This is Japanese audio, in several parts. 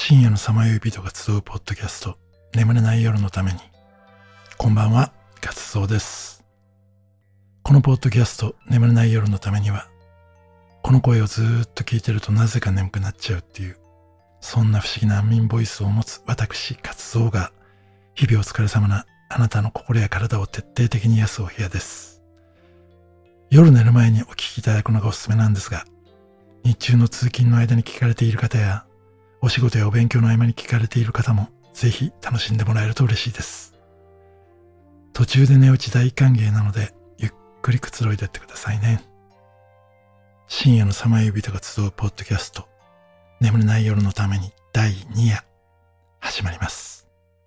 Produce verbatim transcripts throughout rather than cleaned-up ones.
深夜のさまよい人が集うポッドキャスト、眠れない夜のために。こんばんは、活動です。このポッドキャスト、眠れない夜のためには、この声をずーっと聞いてるとなぜか眠くなっちゃうっていう、そんな不思議な安眠ボイスを持つ私、活動が、日々お疲れ様なあなたの心や体を徹底的に癒すお部屋です。夜寝る前にお聞きいただくのがおすすめなんですが、日中の通勤の間に聞かれている方や、お仕事やお勉強の合間に聞かれている方も、ぜひ楽しんでもらえると嬉しいです。途中で寝落ち大歓迎なので、ゆっくりくつろいでってくださいね。深夜のさまよい人が集うポッドキャスト、眠れない夜のためにだいに夜、始まります。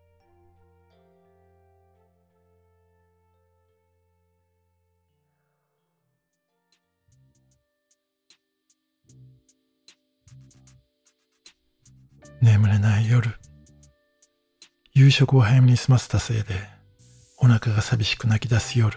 眠れない夜。夕食を早めに済ませたせいで、お腹が寂しく泣き出す夜。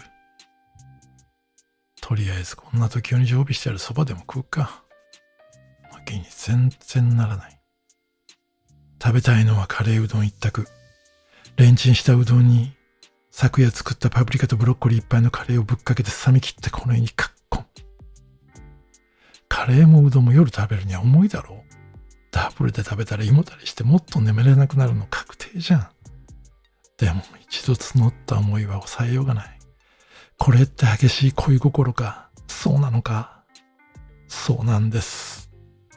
とりあえずこんな時用に常備してあるそばでも食うか。気に全然ならない。食べたいのはカレーうどん一択。レンチンしたうどんに、昨夜作ったパプリカとブロッコリーいっぱいのカレーをぶっかけて冷め切ってこの世にカッコン。カレーもうどんも夜食べるには重いだろう。ダブルで食べたら胃もたれしてもっと眠れなくなるの確定じゃん。でも一度募った思いは抑えようがない。これって激しい恋心か。そうなのか。そうなんです。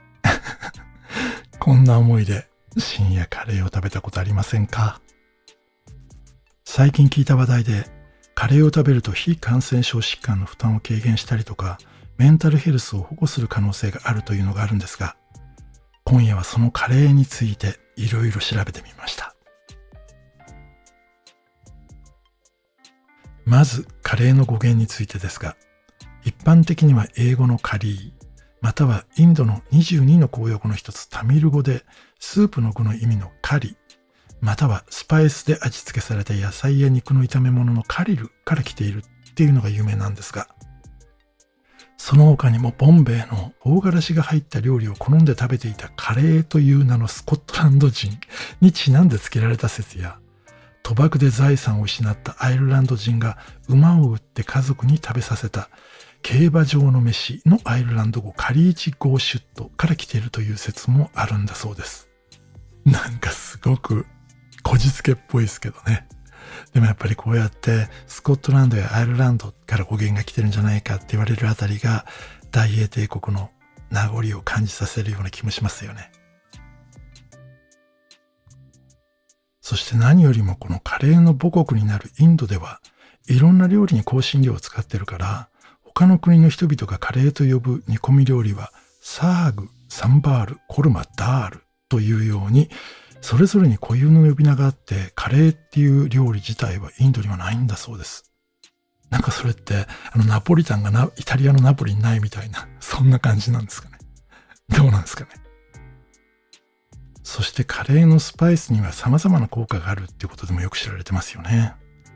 こんな思いで深夜カレーを食べたことありませんか？最近聞いた話題で、カレーを食べると非感染症疾患の負担を軽減したりとか、メンタルヘルスを保護する可能性があるというのがあるんですが、今夜はそのカレーについていろいろ調べてみました。まずカレーの語源についてですが、一般的には英語のカリー、またはインドのにじゅうにの公用語の一つタミル語でスープの具の意味のカリ、またはスパイスで味付けされた野菜や肉の炒め物のカリルから来ているっていうのが有名なんですが、その他にもボンベイの唐辛子が入った料理を好んで食べていたカレーという名のスコットランド人にちなんで付けられた説や、賭博で財産を失ったアイルランド人が馬を売って家族に食べさせた競馬場の飯のアイルランド語カリーチゴーシュットから来ているという説もあるんだそうです。なんかすごくこじつけっぽいですけどね。でもやっぱりこうやってスコットランドやアイルランドから語源が来てるんじゃないかって言われるあたりが大英帝国の名残を感じさせるような気もしますよね。そして何よりもこのカレーの母国になるインドではいろんな料理に香辛料を使ってるから、他の国の人々がカレーと呼ぶ煮込み料理はサーグ、サンバール、コルマ、ダールというようにそれぞれに固有の呼び名があって、カレーっていう料理自体はインドにはないんだそうです。なんかそれって、あのナポリタンがなイタリアのナポリにないみたいな、そんな感じなんですかね。どうなんですかね。そしてカレーのスパイスには様々な効果があるっていうことでもよく知られてますよね。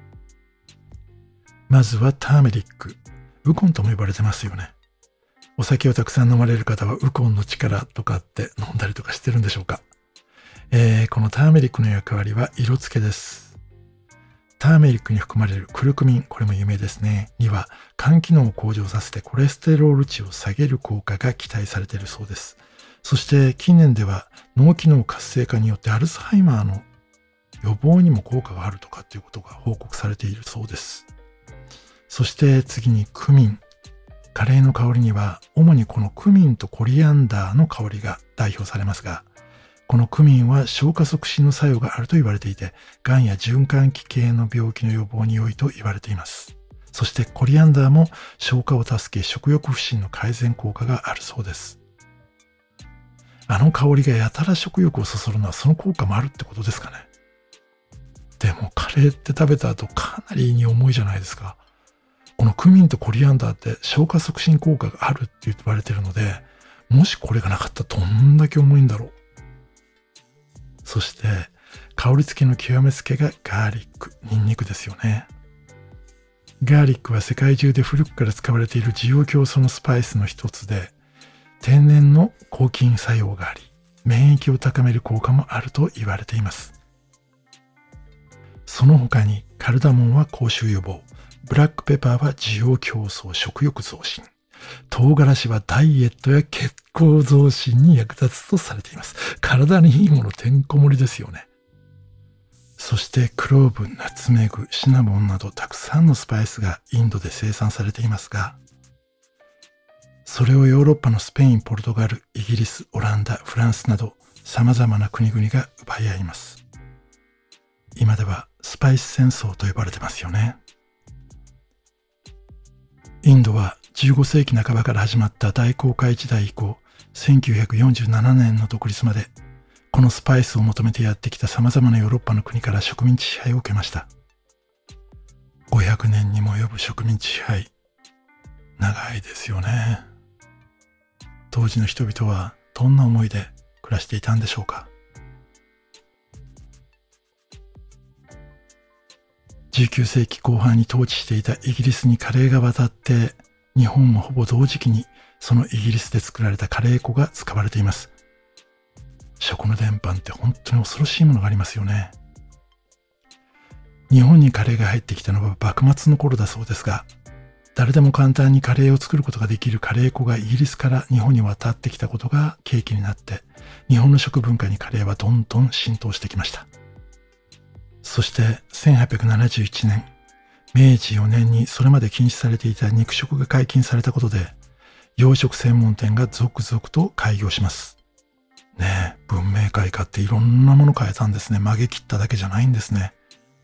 まずはターメリック。ウコンとも呼ばれてますよね。お酒をたくさん飲まれる方はウコンの力とかって飲んだりとかしてるんでしょうか。えー、このターメリックの役割は色付けです。ターメリックに含まれるクルクミン、これも有名ですね、には肝機能を向上させてコレステロール値を下げる効果が期待されているそうです。そして近年では脳機能活性化によってアルツハイマーの予防にも効果があるとかっていうことが報告されているそうです。そして次にクミン。カレーの香りには主にこのクミンとコリアンダーの香りが代表されますが、このクミンは消化促進の作用があると言われていて、がんや循環器系の病気の予防に良いと言われています。そしてコリアンダーも消化を助け食欲不振の改善効果があるそうです。あの香りがやたら食欲をそそるのはその効果もあるってことですかね。でもカレーって食べた後かなり胃に重いじゃないですか。このクミンとコリアンダーって消化促進効果があるって言われてるので、もしこれがなかったらどんだけ重いんだろう。そして香り付けの極め付けがガーリック、ニンニクですよね。ガーリックは世界中で古くから使われている滋養強壮のスパイスの一つで、天然の抗菌作用があり、 免疫を高める効果もあると言われています。その他にカルダモンは口臭予防、ブラックペパーは需要競争、食欲増進、唐辛子はダイエットや血行増進に役立つとされています。体にいいものてんこ盛りですよね。そしてクローブ、ナツメグ、シナモンなどたくさんのスパイスがインドで生産されていますが、それをヨーロッパのスペイン、ポルトガル、イギリス、オランダ、フランスなど様々な国々が奪い合います。今ではスパイス戦争と呼ばれてますよね。インドはじゅうごせいきなかばから始まった大航海時代以降、せんきゅうひゃくよんじゅうななねんの独立まで、このスパイスを求めてやってきた様々なヨーロッパの国から植民地支配を受けました。ごひゃくねんにも及ぶ植民地支配、長いですよね。当時の人々はどんな思いで暮らしていたんでしょうか。じゅうきゅうせいきこう半に統治していたイギリスにカレーが渡って、日本もほぼ同時期にそのイギリスで作られたカレー粉が使われています。食の伝播って本当に恐ろしいものがありますよね。日本にカレーが入ってきたのは幕末の頃だそうですが、誰でも簡単にカレーを作ることができるカレー粉がイギリスから日本に渡ってきたことが契機になって、日本の食文化にカレーはどんどん浸透してきました。そしてせんはっぴゃくななじゅういちねん、めいじよねんにそれまで禁止されていた肉食が解禁されたことで、洋食専門店が続々と開業します。ねえ、文明開化っていろんなもの変えたんですね。曲げ切っただけじゃないんですね。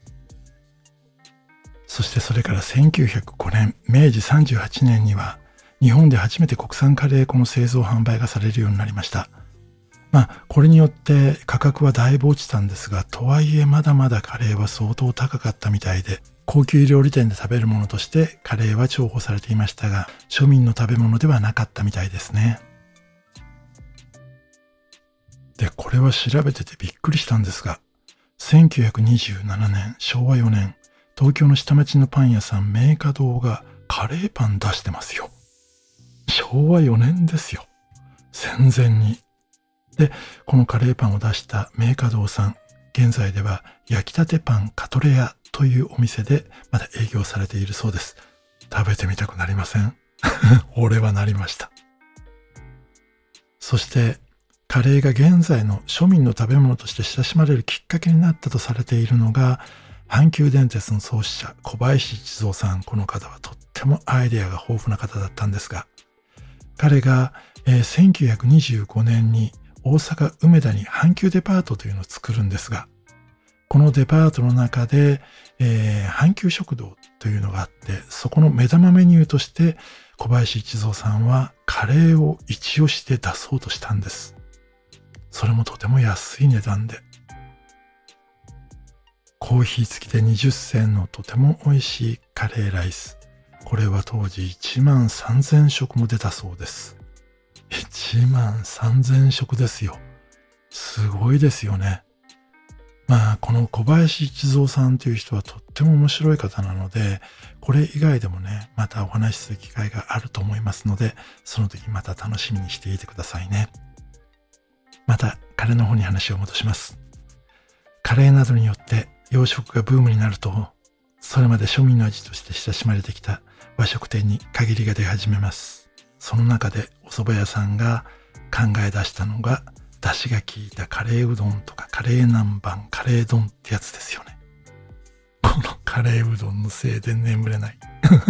そしてそれからせんきゅうひゃくごねん、めいじさんじゅうはちねんには、日本で初めて国産カレー粉の製造販売がされるようになりました。まあ、これによって価格はだいぶ落ちたんですが、とはいえまだまだカレーは相当高かったみたいで、高級料理店で食べるものとしてカレーは重宝されていましたが、庶民の食べ物ではなかったみたいですね。で、これは調べててびっくりしたんですが、せんきゅうひゃくにじゅうななねん、しょうわよねん、東京の下町のパン屋さん、明華堂がカレーパン出してますよ。しょうわよねんですよ。戦前に。で、このカレーパンを出した明華堂さん、現在では焼きたてパンカトレ屋というお店でまだ営業されているそうです。食べてみたくなりません？俺はなりました。そしてカレーが現在の庶民の食べ物として親しまれるきっかけになったとされているのが、阪急電鉄の創始者小林一三さん。この方はとってもアイデアが豊富な方だったんですが、彼が、えー、せんきゅうひゃくにじゅうごねんに大阪梅田に阪急デパートというのを作るんですが、このデパートの中で、えー、阪急食堂というのがあって、そこの目玉メニューとして小林一三さんはカレーを一押しで出そうとしたんです。それもとても安い値段で、コーヒー付きでにじゅっせんのとても美味しいカレーライス。これは当時いちまんさんぜんしょくも出たそうです。いちまんさんぜんしょくですよ。すごいですよね。まあ、この小林一三さんという人はとっても面白い方なので、これ以外でもね、またお話しする機会があると思いますので、その時また楽しみにしていてくださいね。また、カレーの方に話を戻します。カレーなどによって洋食がブームになると、それまで庶民の味として親しまれてきた和食店に限りが出始めます。その中でお蕎麦屋さんが考え出したのが、出汁が効いたカレーうどんとかカレー南蛮、カレー丼ってやつですよね。このカレーうどんのせいで眠れない。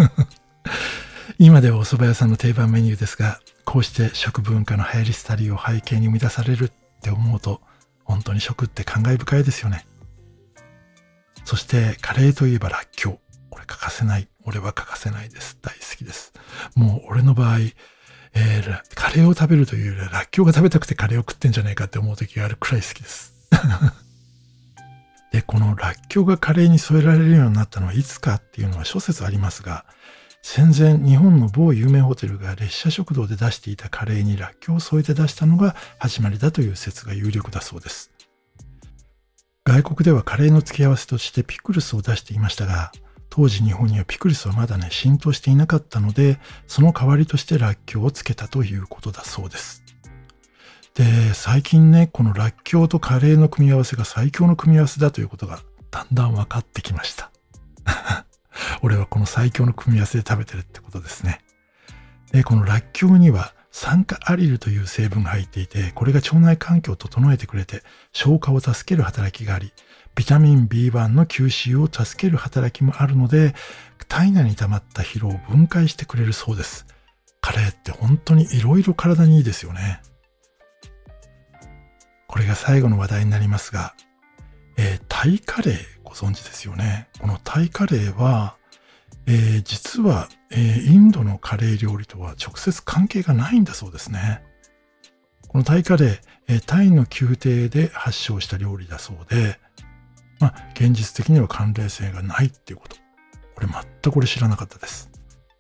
今ではお蕎麦屋さんの定番メニューですが、こうして食文化の流行り廃りを背景に生み出されるって思うと、本当に食って感慨深いですよね。そしてカレーといえばらっきょう。これ欠かせない。俺は欠かせないです。大好きです。もう俺の場合、えー、カレーを食べるというよりはらっきょうが食べたくてカレーを食ってんじゃないかって思う時があるくらい好きです。で、このらっきょうがカレーに添えられるようになったのはいつかっていうのは諸説ありますが、戦前日本の某有名ホテルが列車食堂で出していたカレーにらっきょうを添えて出したのが始まりだという説が有力だそうです。外国ではカレーの付け合わせとしてピクルスを出していましたが、当時日本にはピクルスはまだね浸透していなかったので、その代わりとしてらっきょうをつけたということだそうです。 で、最近ね、このらっきょうとカレーの組み合わせが最強の組み合わせだということがだんだん分かってきました。俺はこの最強の組み合わせで食べてるってことですね。で、このらっきょうには酸化アリルという成分が入っていて、これが腸内環境を整えてくれて消化を助ける働きがあり、ビタミン ビーワン の吸収を助ける働きもあるので、体内に溜まった疲労を分解してくれるそうです。カレーって本当にいろいろ体にいいですよね。これが最後の話題になりますが、えー、タイカレーご存知ですよね。このタイカレーは、えー、実は、えー、インドのカレー料理とは直接関係がないんだそうですね。このタイカレー、えー、タイの宮廷で発祥した料理だそうで、まあ、現実的には関連性がないっていうこと。これ全くこれ知らなかったです。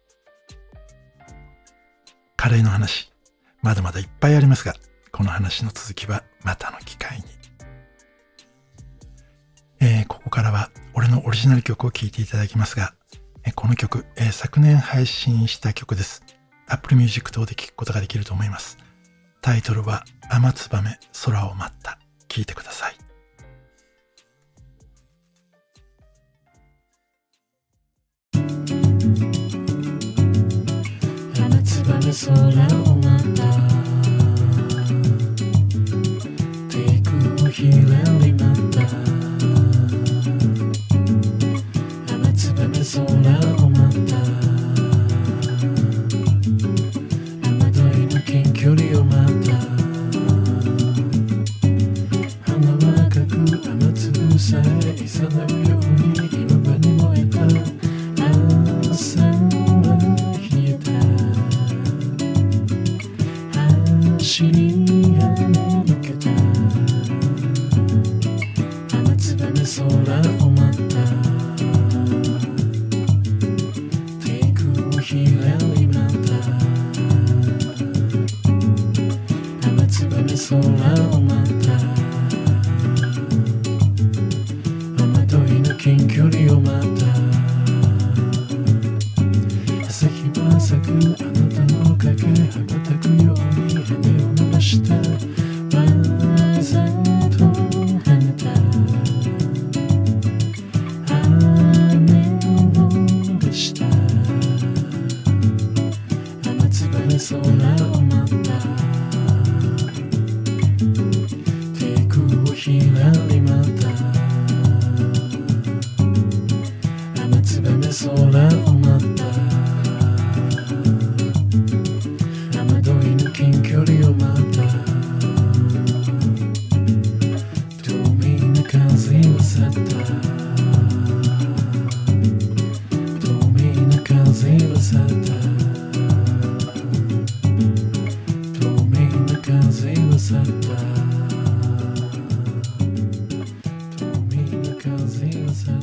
カレーの話、まだまだいっぱいありますが、この話の続きはまたの機会に。えー、ここからは俺のオリジナル曲を聴いていただきますが、えー、この曲、えー、昨年配信した曲です。Apple Music 等で聴くことができると思います。タイトルは雨つばめ空を待った。聴いてください。雨つばめ空を待った。低空をひらり待った。雨つばめ空を待った。雨どいの近距離を待った。花は赤く雨粒さえいさなうように岩場に燃えた。朝は冷えた。走り雨抜けた。雨つばめ空を待った。低空をひらり待った。雨つばめ空を待った。雨どいの近距離を待った。朝日は咲くあなたの影羽ばたくように羽を伸ばした。わざと跳ねた。雨を出した。雨つばめ空を待った。低空をひらり待った。雨つばめ空を待った。雨どいの近距離を待った。透明な風は去った。透明な風は去った。透明な風は去った。透明な風は去った。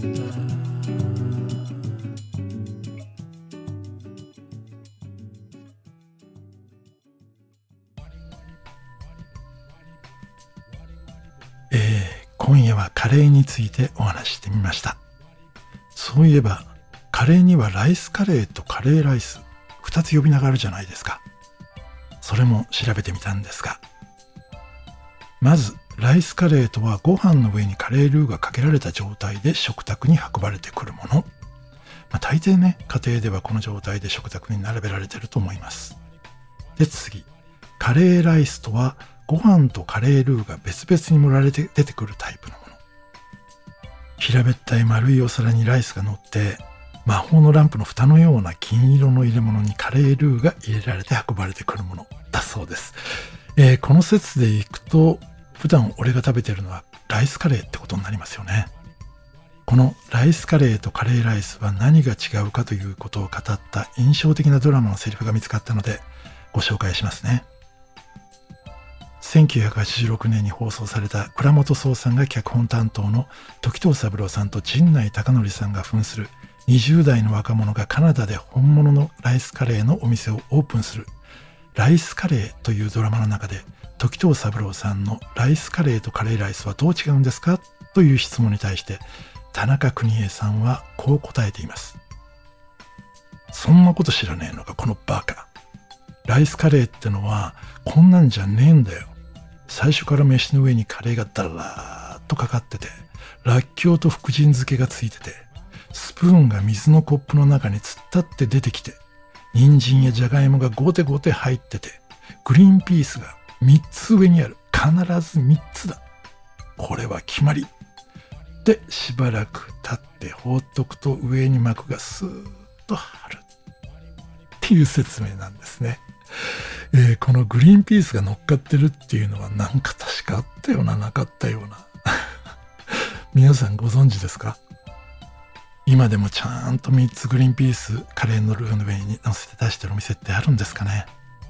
えー、今夜はカレーについてお話ししてみました。そういえばカレーにはライスカレーとカレーライスふたつ呼び名があるじゃないですか。それも調べてみたんですが、まずライスカレーとはご飯の上にカレールーがかけられた状態で食卓に運ばれてくるもの。まあ、大抵ね、家庭ではこの状態で食卓に並べられていると思います。で、次、カレーライスとはご飯とカレールーが別々に盛られて出てくるタイプのもの。平べったい丸いお皿にライスが乗って、魔法のランプの蓋のような金色の入れ物にカレールーが入れられて運ばれてくるものだそうです。えー、この説でいくと、普段俺が食べてるのはライスカレーってことになりますよね。このライスカレーとカレーライスは何が違うかということを語った印象的なドラマのセリフが見つかったのでご紹介しますね。せんきゅうひゃくはちじゅうろくねんに放送された倉本壮さんが脚本担当の時藤三郎さんと陣内孝則さんが扮するにじゅう代の若者がカナダで本物のライスカレーのお店をオープンするライスカレーというドラマの中で、時藤三郎さんのライスカレーとカレーライスはどう違うんですかという質問に対して田中邦衛さんはこう答えています。そんなこと知らねえのかこのバカ。ライスカレーってのはこんなんじゃねえんだよ。 最初から飯の上にカレーがダラーっとかかってて、らっきょうと福神漬けがついてて、スプーンが水のコップの中に突っ立って出てきて、人参やじゃがいもがゴテゴテ入ってて、グリーンピースがみっつ上にある。必ずみっつだ。これは決まり。で、しばらく経って放っとくと上に膜がスーッと張る。っていう説明なんですね。えー、このグリーンピースが乗っかってるっていうのはなんか確かあったようななかったような。皆さんご存知ですか？今でもちゃんとみっつグリーンピースカレーのルーの上に乗せて出してるお店ってあるんですかね？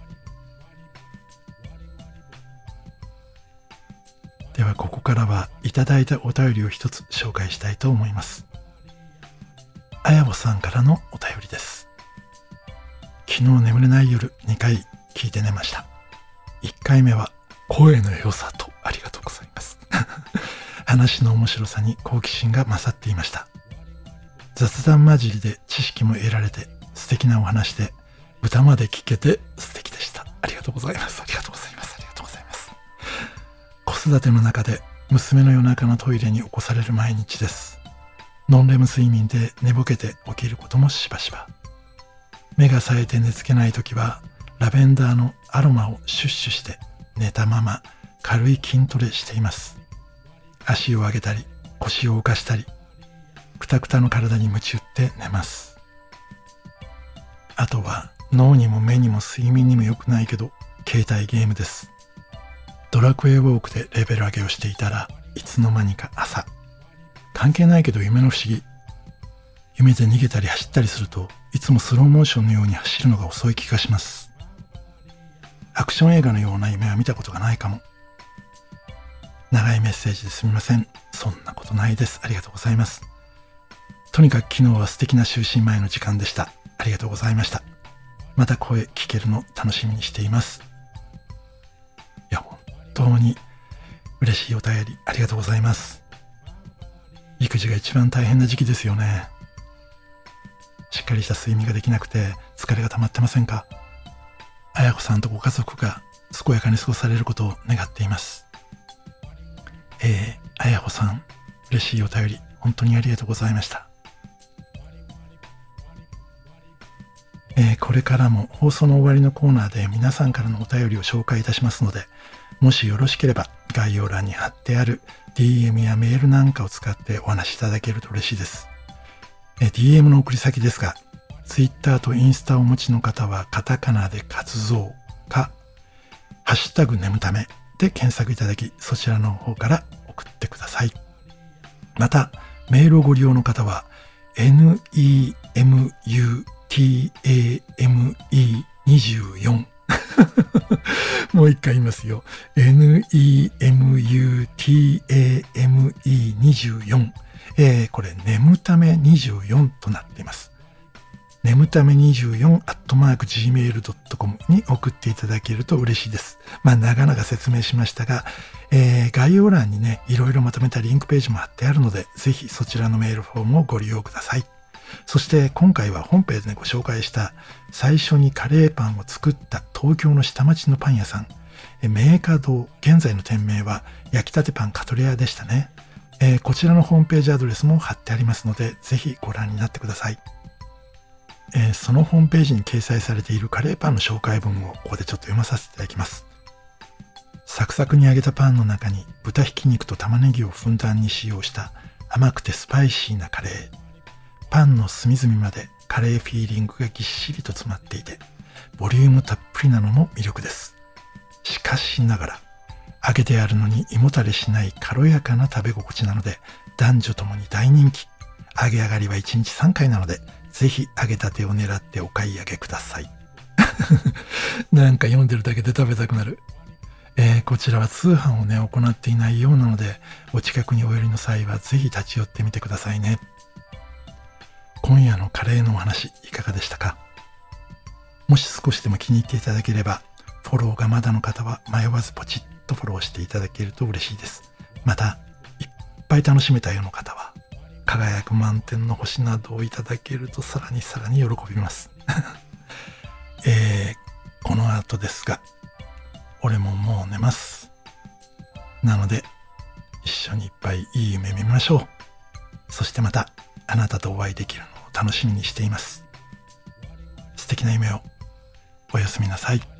ではここからはいただいたお便りを一つ紹介したいと思います。あやぼさんからのお便りです。昨日眠れない夜にかい聞いて寝ました。いっかいめは声の良さとありがとうございます。話の面白さに好奇心が勝っていました。雑談交じりで知識も得られて素敵なお話で歌まで聞けて素敵でした。ありがとうございます。ありがとうございます。ありがとうございます。子育ての中で娘の夜中のトイレに起こされる毎日です。ノンレム睡眠で寝ぼけて起きることもしばしば。目が冴えて寝つけないときはラベンダーのアロマをシュッシュして寝たまま軽い筋トレしています。足を上げたり腰を浮かしたりくたくたの体に夢中って寝ます。あとは脳にも目にも睡眠にも良くないけど携帯ゲームです。ドラクエウォークでレベル上げをしていたらいつの間にか朝。関係ないけど夢の不思議。夢で逃げたり走ったりするといつもスローモーションのように走るのが遅い気がします。アクション映画のような夢は見たことがないかも。長いメッセージですみません。そんなことないです。ありがとうございます。とにかく昨日は素敵な就寝前の時間でした。ありがとうございました。また声聞けるの楽しみにしています。いや、本当に嬉しいお便りありがとうございます。育児が一番大変な時期ですよね。しっかりした睡眠ができなくて疲れが溜まってませんか？あやこさんとご家族が健やかに過ごされることを願っています。えー、あやこさん、嬉しいお便り本当にありがとうございました。えー、これからも放送の終わりのコーナーで皆さんからのお便りを紹介いたしますので、もしよろしければ概要欄に貼ってある ディーエム やメールなんかを使ってお話しいただけると嬉しいです。えー、ディーエム の送り先ですが、Twitter とインスタをお持ちの方はカタカナで活動か、ハッシュタグ眠ためで検索いただき、そちらの方から送ってください。また、メールをご利用の方は ネムタメにじゅうよん もう一回言いますよ。ネムタメにじゅうよん、えー、これ眠ためにじゅうよんとなっています。眠ためにじゅうよんアットマークジーメールドットコム に送っていただけると嬉しいです。まあ長々説明しましたが、えー、概要欄にね、いろいろまとめたリンクページも貼ってあるので、ぜひそちらのメールフォームをご利用ください。そして今回は本編でご紹介した最初にカレーパンを作った東京の下町のパン屋さん、メーカ堂、現在の店名は焼きたてパンカトレアでしたね。えー、こちらのホームページアドレスも貼ってありますので、ぜひご覧になってください。えー、そのホームページに掲載されているカレーパンの紹介文をここでちょっと読まさせていただきます。サクサクに揚げたパンの中に豚ひき肉と玉ねぎをふんだんに使用した甘くてスパイシーなカレー。パンの隅々までカレーフィーリングがぎっしりと詰まっていて、ボリュームたっぷりなのも魅力です。しかしながら、揚げてあるのに胃もたれしない軽やかな食べ心地なので、男女ともに大人気。揚げ上がりはいちにちさんかいなので、ぜひ揚げたてを狙ってお買い上げください。なんか読んでるだけで食べたくなる。えー、こちらは通販をね、行っていないようなので、お近くにお寄りの際はぜひ立ち寄ってみてくださいね。今夜のカレーのお話いかがでしたか？もし少しでも気に入っていただければ、フォローがまだの方は迷わずポチッとフォローしていただけると嬉しいです。また、いっぱい楽しめたような方は、輝く満点の星などをいただけるとさらにさらに喜びます。えー、この後ですが、俺ももう寝ます。 なので、一緒にいっぱいいい夢見ましょう。そしてまたあなたとお会いできるのを楽しみにしています。素敵な夢を。おやすみなさい。